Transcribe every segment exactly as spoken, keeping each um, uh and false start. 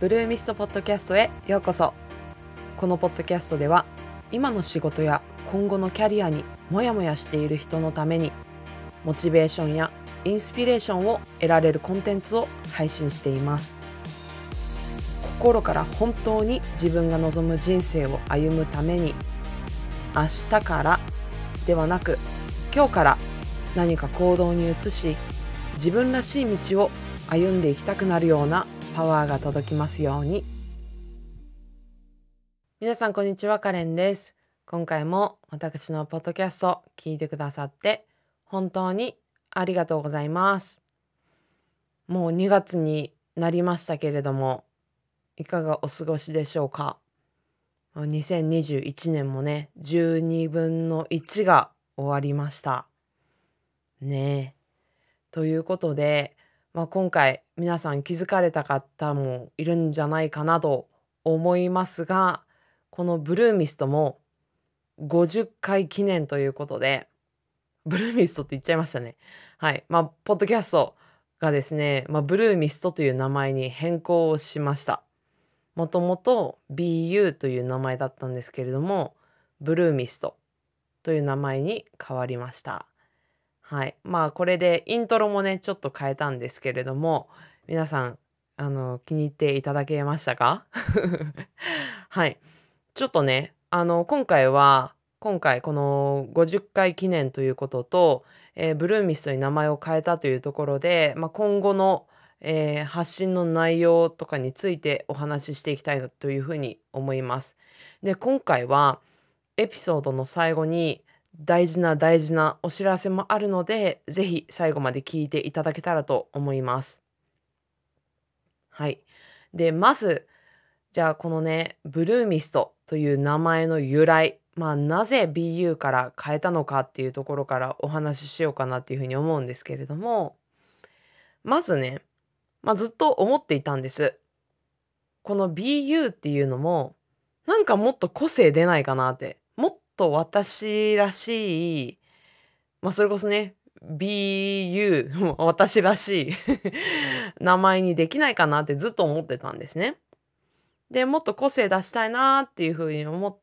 ブルーミストポッドキャストへようこそ。このポッドキャストでは今の仕事や今後のキャリアにモヤモヤしている人のためにモチベーションやインスピレーションを得られるコンテンツを配信しています。心から本当に自分が望む人生を歩むために、明日からではなく今日から何か行動に移し、自分らしい道を歩んでいきたくなるようなパワーが届きますように。皆さんこんにちは、カレンです。今回も私のポッドキャスト聞いてくださって本当にありがとうございます。もうにがつになりましたけれども、いかがお過ごしでしょうか。にせんにじゅういちねんもね、じゅうにぶんのいちが終わりましたね。えということで、まあ、今回皆さん気づかれた方もいるんじゃないかなと思いますが、このブルーミストもごじゅっかい記念ということで、ブルーミストって言っちゃいましたね。はい。まあ、ポッドキャストがですね、まあ、ブルーミストという名前に変更をしました。もともと ビーユー という名前だったんですけれども、ブルーミストという名前に変わりました。はい。まあこれでイントロもね、ちょっと変えたんですけれども、皆さん、あの、気に入っていただけましたか？はい。ちょっとね、あの、今回は、今回このごじゅっかい記念ということと、えーブルーミストに名前を変えたというところで、まあ、今後の、えー発信の内容とかについてお話ししていきたいなというふうに思います。で、今回はエピソードの最後に大事な大事なお知らせもあるので、ぜひ最後まで聞いていただけたらと思います。はい。で、まず、じゃあこのね、ブルーミストという名前の由来、まあなぜ ビーユー から変えたのかっていうところからお話ししようかなっていうふうに思うんですけれども、まずね、まあずっと思っていたんです。この ビーユー っていうのも、なんかもっと個性出ないかなって、もっと私らしい、まあそれこそね、ビーユー、もう私らしい名前にできないかなってずっと思ってたんですね。で、もっと個性出したいなっていうふうに思って、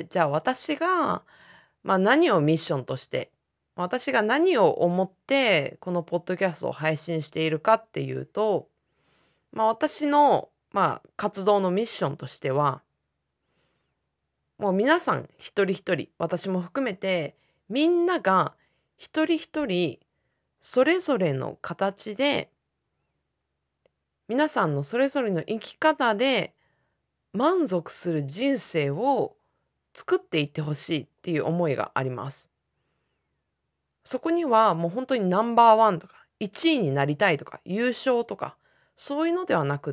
じゃあ私が、まあ何をミッションとして、私が何を思ってこのポッドキャストを配信しているかっていうと、まあ私の、まあ活動のミッションとしては、もう皆さん一人一人、私も含めて、みんなが一人一人それぞれの形で、皆さんのそれぞれの生き方で満足する人生を作っていってほしいっていう思いがあります。そこにはもう本当にナンバーワンとかいちいになりたいとか優勝とかそういうのではなくって、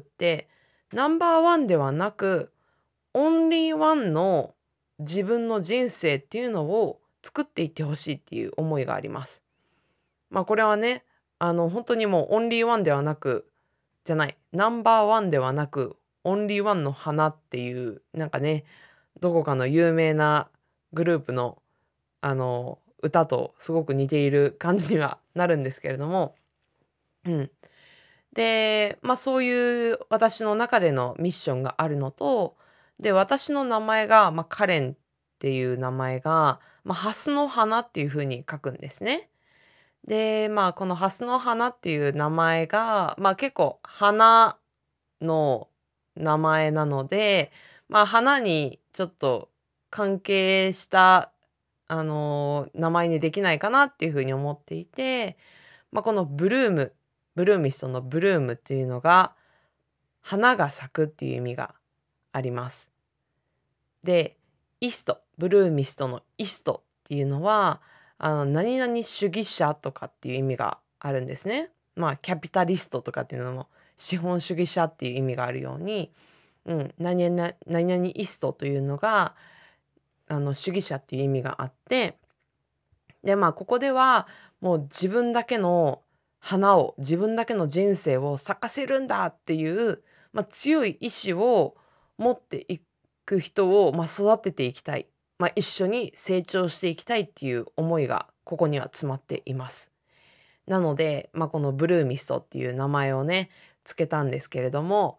ナンバーワンではなくオンリーワンの自分の人生っていうのを作っていってほしいっていう思いがあります。まあこれはね、あの本当にもうオンリーワンではなく、じゃない、ナンバーワンではなく、オンリーワンの花っていう、なんかね、どこかの有名なグループの、あの、歌とすごく似ている感じにはなるんですけれども、うん。で、まあそういう私の中でのミッションがあるのと、で、私の名前が、まあカレンっていう名前が、まあハスの花っていう風に書くんですね。で、まあこのハスの花っていう名前が、まあ結構花の名前なので、まあ花にちょっと関係した、あの、名前にできないかなっていう風に思っていて、まあこのブルーム、ブルーミストのブルームっていうのが、花が咲くっていう意味があります。で、イスト、ブルーミストのイストっていうのは、あの、何々主義者とかっていう意味があるんですね。まあ、キャピタリストとかっていうのも、資本主義者っていう意味があるように、うん、何々、何々イストというのが、あの、主義者っていう意味があって、で、まあ、ここでは、もう自分だけの花を、自分だけの人生を咲かせるんだっていう、まあ、強い意志を持っていく人を、まあ、育てていきたい。まあ、一緒に成長していきたいっていう思いが、ここには詰まっています。なので、まあ、このブルーミストっていう名前をね、つけたんですけれども、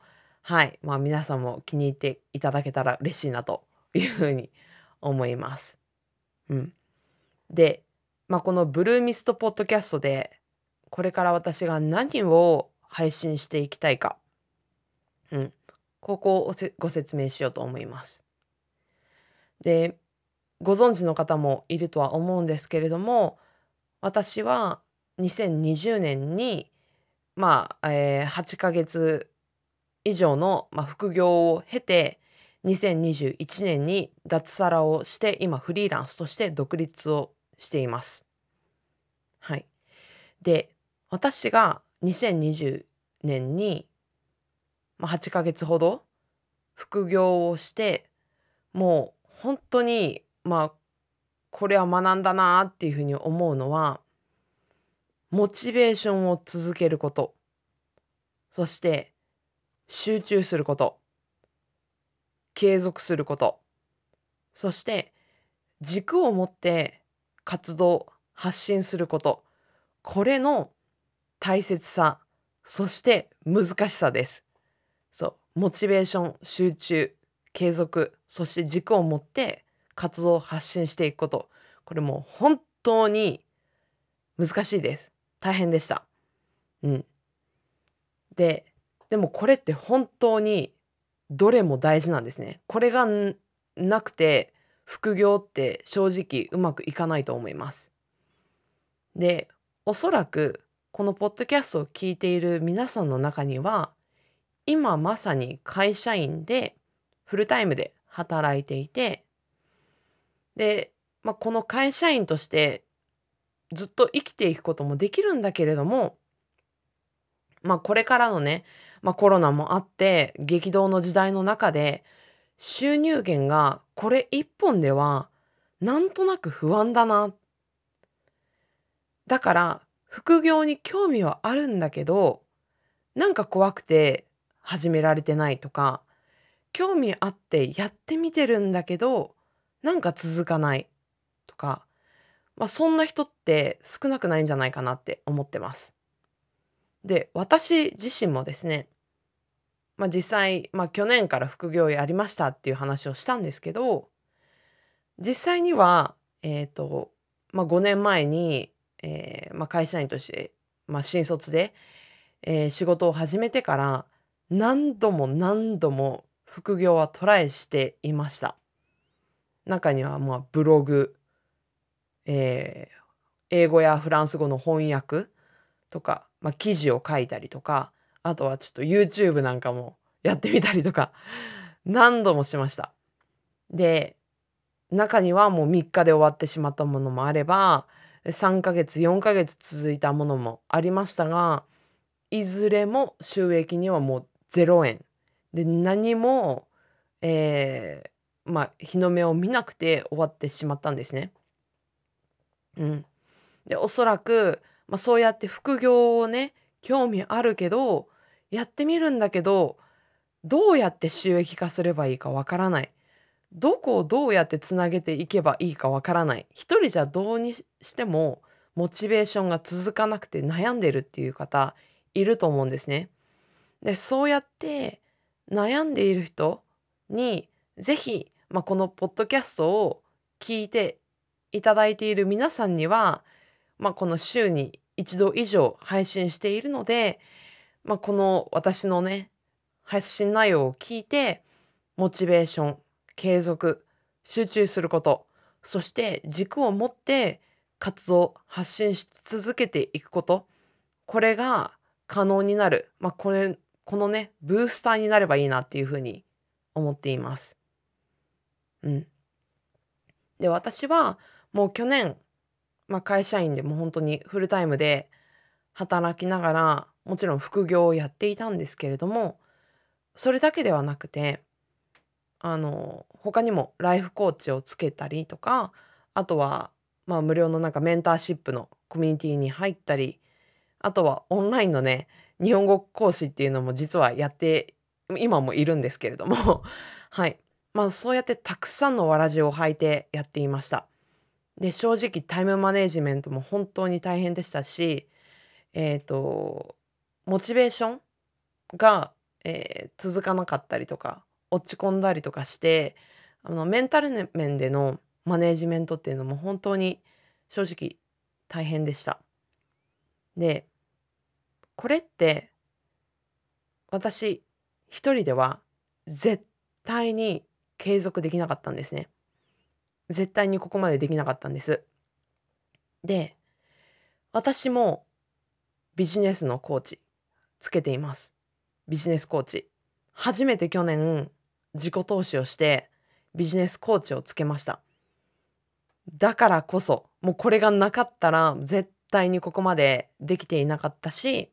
はい、まあ、皆さんも気に入っていただけたら嬉しいなというふうに思います。うん。で、まあ、このブルーミストポッドキャストで、これから私が何を配信していきたいか、うん、ここをおせご説明しようと思います。で、ご存知の方もいるとは思うんですけれども、私はにせんにじゅうねんに、まあ、えーはちかげつ以上の、まあ、副業を経て、にせんにじゅういちねんに脱サラをして、今フリーランスとして独立をしています。はい。で、私がにせんにじゅうねんに、まあ、はちかげつほど副業をして、もう本当に、まあ、これは学んだなっていうふうに思うのは、モチベーションを続けること、そして集中すること、継続すること、そして軸を持って活動、発信すること、これの大切さ、そして難しさです。そう、モチベーション、集中、継続、そして軸を持って活動を発信していくこと。これもう本当に難しいです。大変でした。うん。で、でもこれって本当にどれも大事なんですね。これがんなくて副業って正直うまくいかないと思います。で、おそらくこのポッドキャストを聞いている皆さんの中には、今まさに会社員でフルタイムで働いていて、で、まあ、この会社員としてずっと生きていくこともできるんだけれども、まあ、これからのね、まあ、コロナもあって激動の時代の中で収入源がこれ一本ではなんとなく不安だな。だから副業に興味はあるんだけど、なんか怖くて始められてないとか、興味あってやってみてるんだけど、なんか続かないとか、まあ、そんな人って少なくないんじゃないかなって思ってます。で、私自身もですね、まあ、実際、まあ、去年から副業をやりましたっていう話をしたんですけど、実際には、えっと、まあ、ごねんまえに、えーまあ、会社員として、まあ、新卒で、えー仕事を始めてから何度も何度も副業はトライしていました。中には、まあ、ブログ、えー英語やフランス語の翻訳とか、まあ、記事を書いたりとか、あとはちょっと YouTube なんかもやってみたりとか、何度もしました。で、中にはもうみっかで終わってしまったものもあれば、さんかげつ、よんかげつ続いたものもありましたが、いずれも収益にはもうゼロえん。で、何も、えーまあ、日の目を見なくて終わってしまったんですね。うん。で、おそらく、まあ、そうやって副業をね、興味あるけど、やってみるんだけど、どうやって収益化すればいいかわからない。どこをどうやってつなげていけばいいかわからない。一人じゃどうにしてもモチベーションが続かなくて悩んでるっていう方いると思うんですね。で、そうやって悩んでいる人にぜひ、まあ、このポッドキャストを聞いていただいている皆さんには、まあ、この週に一度以上配信しているので、まあ、この私のね、発信内容を聞いて、モチベーション、継続、集中すること、そして軸を持って活動、発信し続けていくこと、これが可能になる。まあ、これ、このね、ブースターになればいいなっていうふうに思っています。うん。で、私はもう去年、まあ、会社員でもう本当にフルタイムで働きながら、もちろん副業をやっていたんですけれども、それだけではなくて、あの、他にもライフコーチをつけたりとか、あとは、まあ、無料のなんかメンターシップのコミュニティに入ったり、あとはオンラインのね、日本語講師っていうのも実はやって、今もいるんですけれども、はい。まあ、そうやってたくさんのわらじを履いてやっていました。で、正直タイムマネジメントも本当に大変でしたし、えっと、モチベーションが、 えー続かなかったりとか、落ち込んだりとかして、あの、メンタル面でのマネージメントっていうのも本当に正直大変でした。で、これって私一人では絶対に継続できなかったんですね。絶対にここまでできなかったんです。で、私もビジネスのコーチつけています。ビジネスコーチ。初めて去年自己投資をしてビジネスコーチをつけました。だからこそ、もうこれがなかったら絶対にここまでできていなかったし、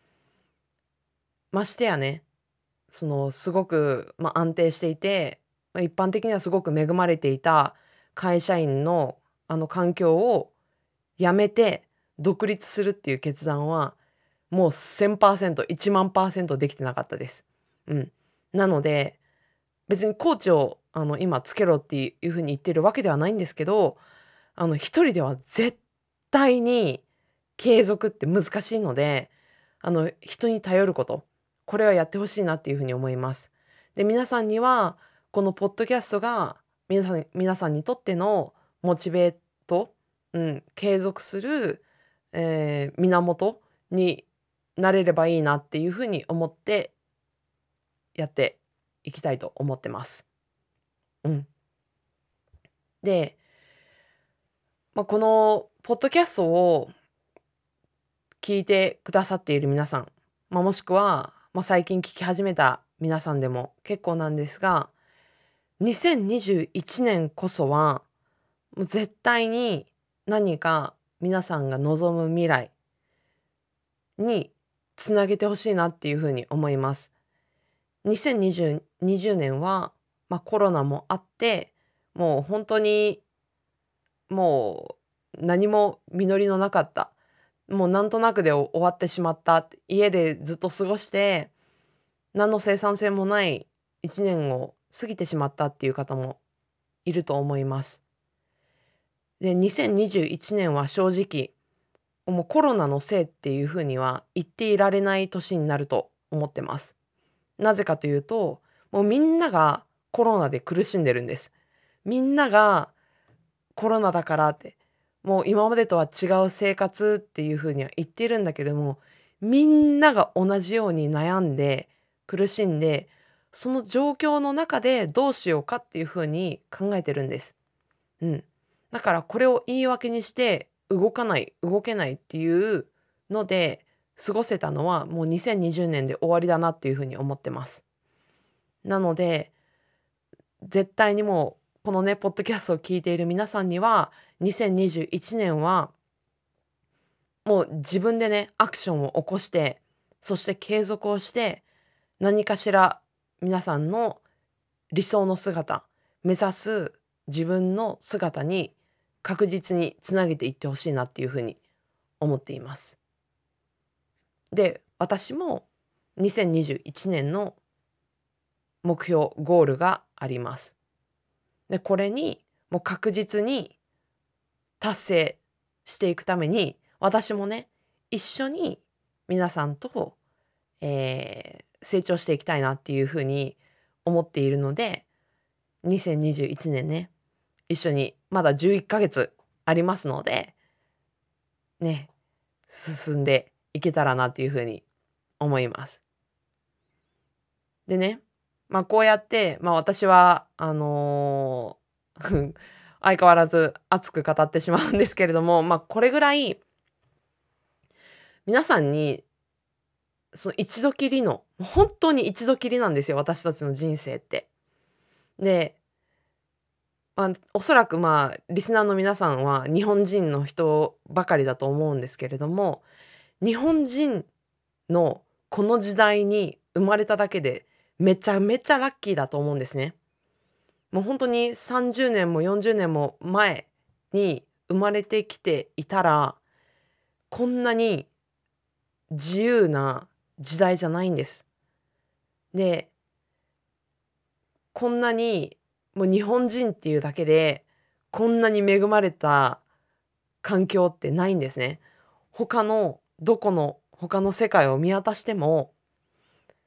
ましてやね、そのすごく、まあ、安定していて、まあ、一般的にはすごく恵まれていた会社員のあの環境を辞めて独立するっていう決断はもうせんパーセント、いちまんパーセントできてなかったです。うん。なので、別にコーチをあの今つけろっていうふうに言ってるわけではないんですけど、あの一人では絶対に継続って難しいので、あの人に頼ること、これはやってほしいなっていうふうに思います。で、皆さんにはこのポッドキャストが皆さん皆さんにとってのモチベート、うん、継続する、えー源になれればいいなっていうふうに思ってやっていきたいと思ってます。うん。で、まあ、このポッドキャストを聞いてくださっている皆さん、まあ、もしくは、まあ、最近聞き始めた皆さんでも結構なんですが、にせんにじゅういちねんこそは、もう絶対に何か皆さんが望む未来につなげてほしいなっていうふうに思います。にせんにじゅう、にじゅうねんは、まあ、コロナもあって、もう本当にもう何も実りのなかった。もうなんとなくで終わってしまった。家でずっと過ごして、何の生産性もないいちねんを過ぎてしまったっていう方もいると思います。で、にせんにじゅういちねんは正直、もうコロナのせいっていうふうには言っていられない年になると思ってます。なぜかというと、もうみんながコロナで苦しんでるんです。みんながコロナだからって、もう今までとは違う生活っていうふうには言っているんだけれども、みんなが同じように悩んで苦しんで、その状況の中でどうしようかっていうふうに考えてるんです。うん。だからこれを言い訳にして動かない、動けないっていうので過ごせたのはもうにせんにじゅうねんで終わりだなっていうふうに思ってます。なので、絶対にもうこのね、ポッドキャストを聞いている皆さんには、にせんにじゅういちねんはもう自分でね、アクションを起こして、そして継続をして、何かしら皆さんの理想の姿、目指す自分の姿に確実につなげていってほしいなっていうふうに思っています。で、私もにせんにじゅういちねんの目標、ゴールがあります。で、これにもう確実に達成していくために、私もね、一緒に皆さんと、えー成長していきたいなっていうふうに思っているので、にせんにじゅういちねんね、一緒にまだじゅういっかげつありますので、ね、進んでいけたらなっていうふうに思います。でね、まあこうやって、まあ私は、あのー相変わらず熱く語ってしまうんですけれども、まあこれぐらい皆さんにその一度きりの、本当に一度きりなんですよ、私たちの人生って。で、まあ、おそらくまあ、リスナーの皆さんは日本人の人ばかりだと思うんですけれども、日本人のこの時代に生まれただけでめちゃめちゃラッキーだと思うんですね。もう本当にさんじゅうねんもよんじゅうねんも前に生まれてきていたら、こんなに自由な時代じゃないんです。で、こんなにもう日本人っていうだけでこんなに恵まれた環境ってないんですね。他のどこの他の世界を見渡しても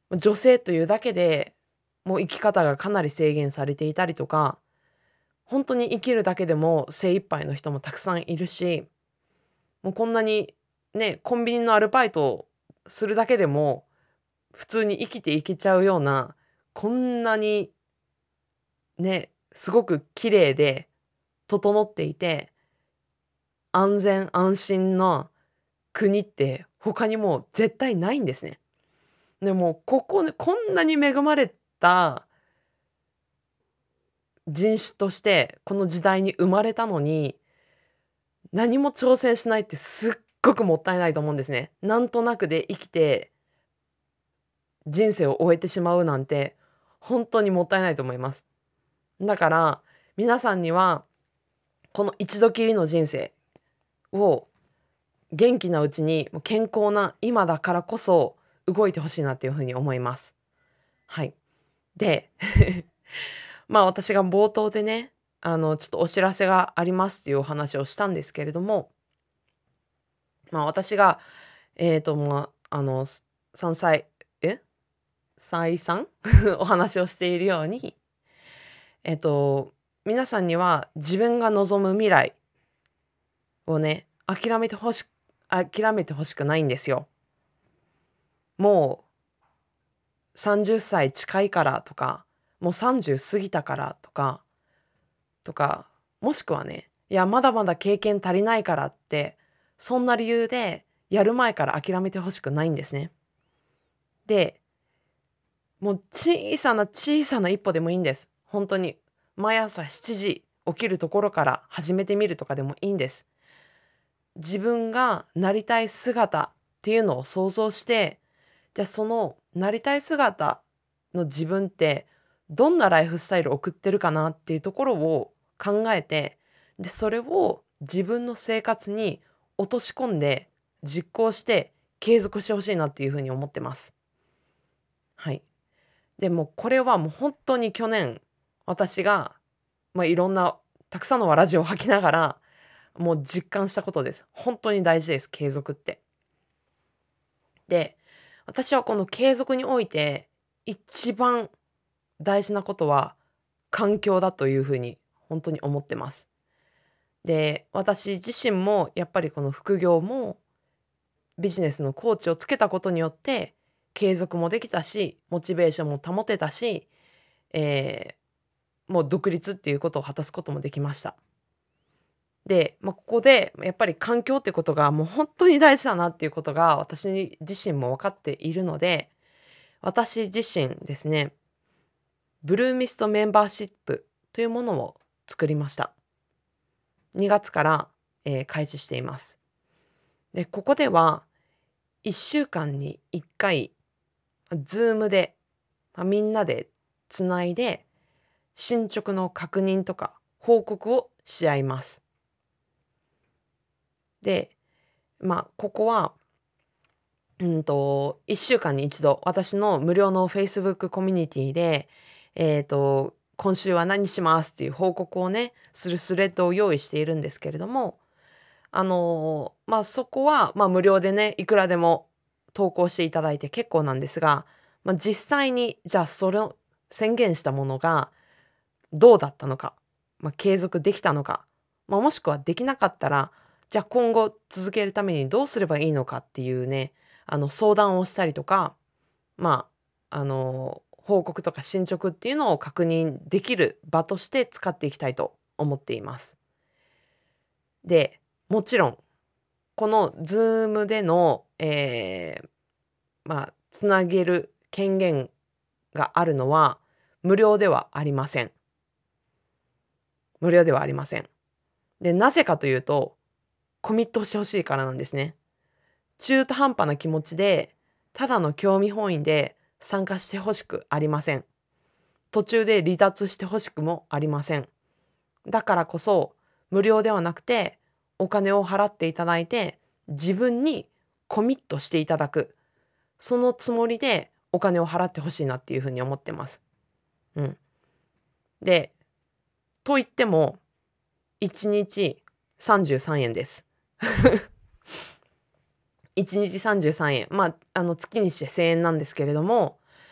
女性というだけでもう生き方がかなり制限されていたりとか、本当に生きるだけでも精一杯の人もたくさんいるし、もうこんなにね、コンビニのアルバイトをするだけでも普通に生きていけちゃうような、こんなにね、すごく綺麗で整っていて、安全安心な国って他にもう絶対ないんですね。でもここね、こんなに恵まれた人種としてこの時代に生まれたのに、何も挑戦しないってすっごくもったいないと思うんですね。なんとなくで生きて人生を終えてしまうなんて本当にもったいないと思います。だから皆さんにはこの一度きりの人生を元気なうちにもう健康な今だからこそ動いてほしいなっていうふうに思います。はい。で、まあ私が冒頭でね、あのちょっとお知らせがありますっていうお話をしたんですけれども、まあ私が、えっ、と、まあ、あの、すさんさい、え再三お話をしているように、えっと、皆さんには自分が望む未来をね、諦めてほし諦めてほしくないんですよ。もうさんじゅっさい近いからとか、もうさんじゅう過ぎたからとか、とか、もしくはね、いや、まだまだ経験足りないからって、そんな理由でやる前から諦めてほしくないんですね。で、もう小さな小さな一歩でもいいんです。本当に。毎朝しちじ起きるところから始めてみるとかでもいいんです。自分がなりたい姿っていうのを想像して、じゃあそのなりたい姿の自分ってどんなライフスタイルを送ってるかなっていうところを考えて、で、それを自分の生活に落とし込んで実行して継続してほしいなっていうふうに思ってます。はい。でもこれはもう本当に去年私が、まあ、いろんなたくさんのわらじを吐きながらもう実感したことです。本当に大事です、継続って。で、私はこの継続において一番大事なことは環境だというふうに本当に思ってます。で、私自身もやっぱりこの副業もビジネスのコーチをつけたことによって継続もできたし、モチベーションも保てたし、えーもう独立っていうことを果たすこともできました。で、まあ、ここでやっぱり環境っていうことがもう本当に大事だなっていうことが私自身も分かっているので、私自身ですね、ブルーミストメンバーシップというものを作りました。にがつから、えー開始しています。で、ここではいっしゅうかんにいっかい、ズームで、まあ、みんなでつないで進捗の確認とか報告をし合います。で、まあ、ここは、うんと、いっしゅうかんに一度、私の無料の Facebook コミュニティで、えっと、今週は何しますっていう報告をね、するスレッドを用意しているんですけれども、あの、まあ、そこは、まあ、無料でね、いくらでも投稿していただいて結構なんですが、まあ、実際に、じゃあ、それを宣言したものがどうだったのか、まあ、継続できたのか、まあ、もしくはできなかったら、じゃあ今後続けるためにどうすればいいのかっていうね、あの相談をしたりとか、まあ、あの、報告とか進捗っていうのを確認できる場として使っていきたいと思っています。で、もちろん、この Zoom での、えーまあ、つなげる権限があるのは無料ではありません。無料ではありません。で、なぜかというと、コミットしてほしいからなんですね。中途半端な気持ちで、ただの興味本位で参加してほしくありません。途中で離脱してほしくもありません。だからこそ、無料ではなくて、お金を払っていただいて、自分にコミットしていただく。そのつもりでお金を払ってほしいなっていうふうに思ってます。うん。で、と言っても、いちにちさんじゅうさんえんです。いちにちさんじゅうさんえん。まあ、あの、月にしてせんえんなんですけれども、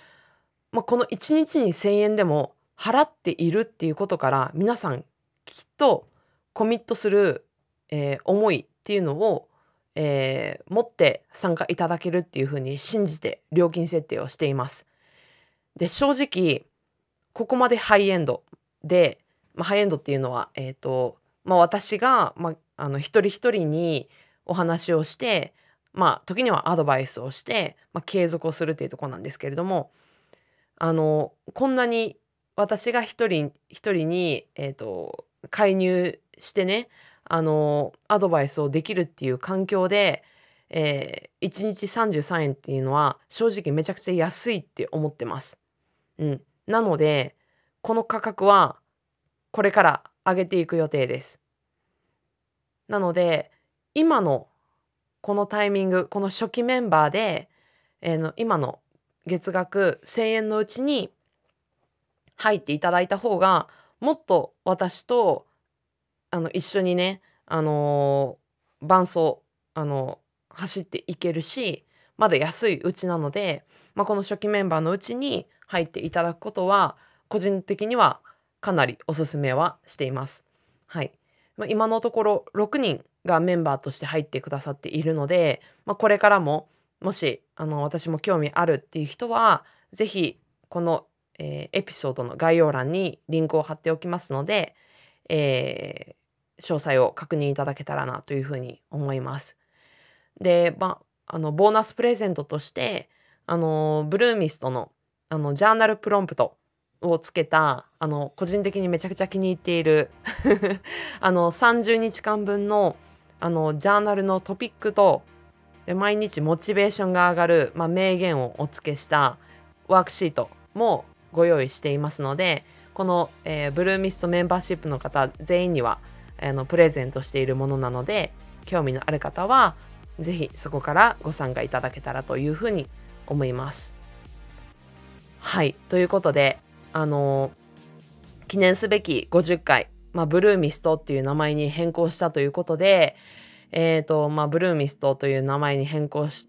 まあ、このいちにちにせんえんでも払っているっていうことから、皆さんきっとコミットする、えー思いっていうのを、えー持って参加いただけるっていうふうに信じて料金設定をしています。で、正直、ここまでハイエンドで、まあ、ハイエンドっていうのは、えっと、まあ、私が、まあ、あの、一人一人にお話をして、まあ、時にはアドバイスをして、まあ、継続をするっていうところなんですけれども、あの、こんなに私が一人一人に、えっと、介入してね、あの、アドバイスをできるっていう環境で、えー、いちにちさんじゅうさんえんっていうのは正直めちゃくちゃ安いって思ってます。うん。なので、この価格はこれから上げていく予定です。なので、今のこのタイミング、この初期メンバーで、えーの今の月額せんえんのうちに入っていただいた方が、もっと私とあの一緒にね、あのー伴走、あの走っていけるし、まだ安いうちなので、まあ、この初期メンバーのうちに入っていただくことは、個人的にはかなりおすすめはしています。はい。まあ、今のところろくにんがメンバーとして入ってくださっているので、まあ、これからも、もし、あの、私も興味あるっていう人は、ぜひ、この、えーエピソードの概要欄にリンクを貼っておきますので、えー詳細を確認いただけたらなというふうに思います。で、まあ、あの、ボーナスプレゼントとして、あの、ブルーミストの、あの、ジャーナルプロンプトをつけた、あの、個人的にめちゃくちゃ気に入っているあの、さんじゅうにちかんぶんの、あの、ジャーナルのトピックと、で毎日モチベーションが上がる、まあ、名言をお付けしたワークシートもご用意していますので、この、えーブルーミストメンバーシップの方全員にはあのプレゼントしているものなので、興味のある方はぜひそこからご参加いただけたらというふうに思います。はい、ということで、あのー記念すべきごじゅっかい、まあ、ブルーミストっていう名前に変更したということで、えっと、まあ、ブルーミストという名前に変更した、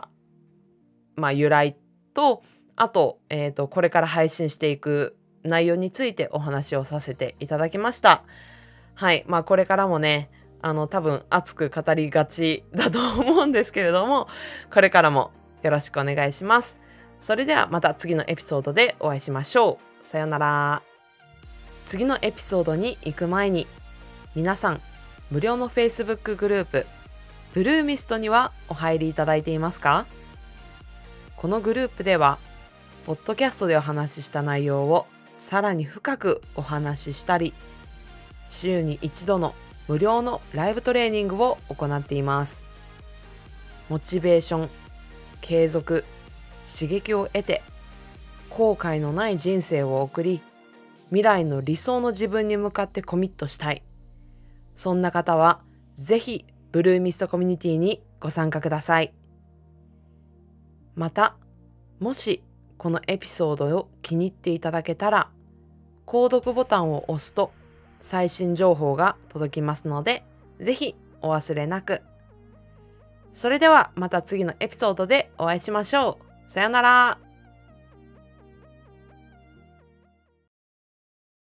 まあ、由来と、あと、えっと、これから配信していく内容についてお話をさせていただきました。はい。まあ、これからもね、あの、多分熱く語りがちだと思うんですけれども、これからもよろしくお願いします。それではまた次のエピソードでお会いしましょう。さよなら。次のエピソードに行く前に、皆さん、無料の Facebook グループ、ブルーミストにはお入りいただいていますか？このグループでは、ポッドキャストでお話しした内容をさらに深くお話ししたり、週に一度の無料のライブトレーニングを行っています。モチベーション、継続、刺激を得て、後悔のない人生を送り、未来の理想の自分に向かってコミットしたい。そんな方は、ぜひ、ブルーミストコミュニティにご参加ください。また、もし、このエピソードを気に入っていただけたら、購読ボタンを押すと、最新情報が届きますので、ぜひお忘れなく。それではまた次のエピソードでお会いしましょう。さよなら。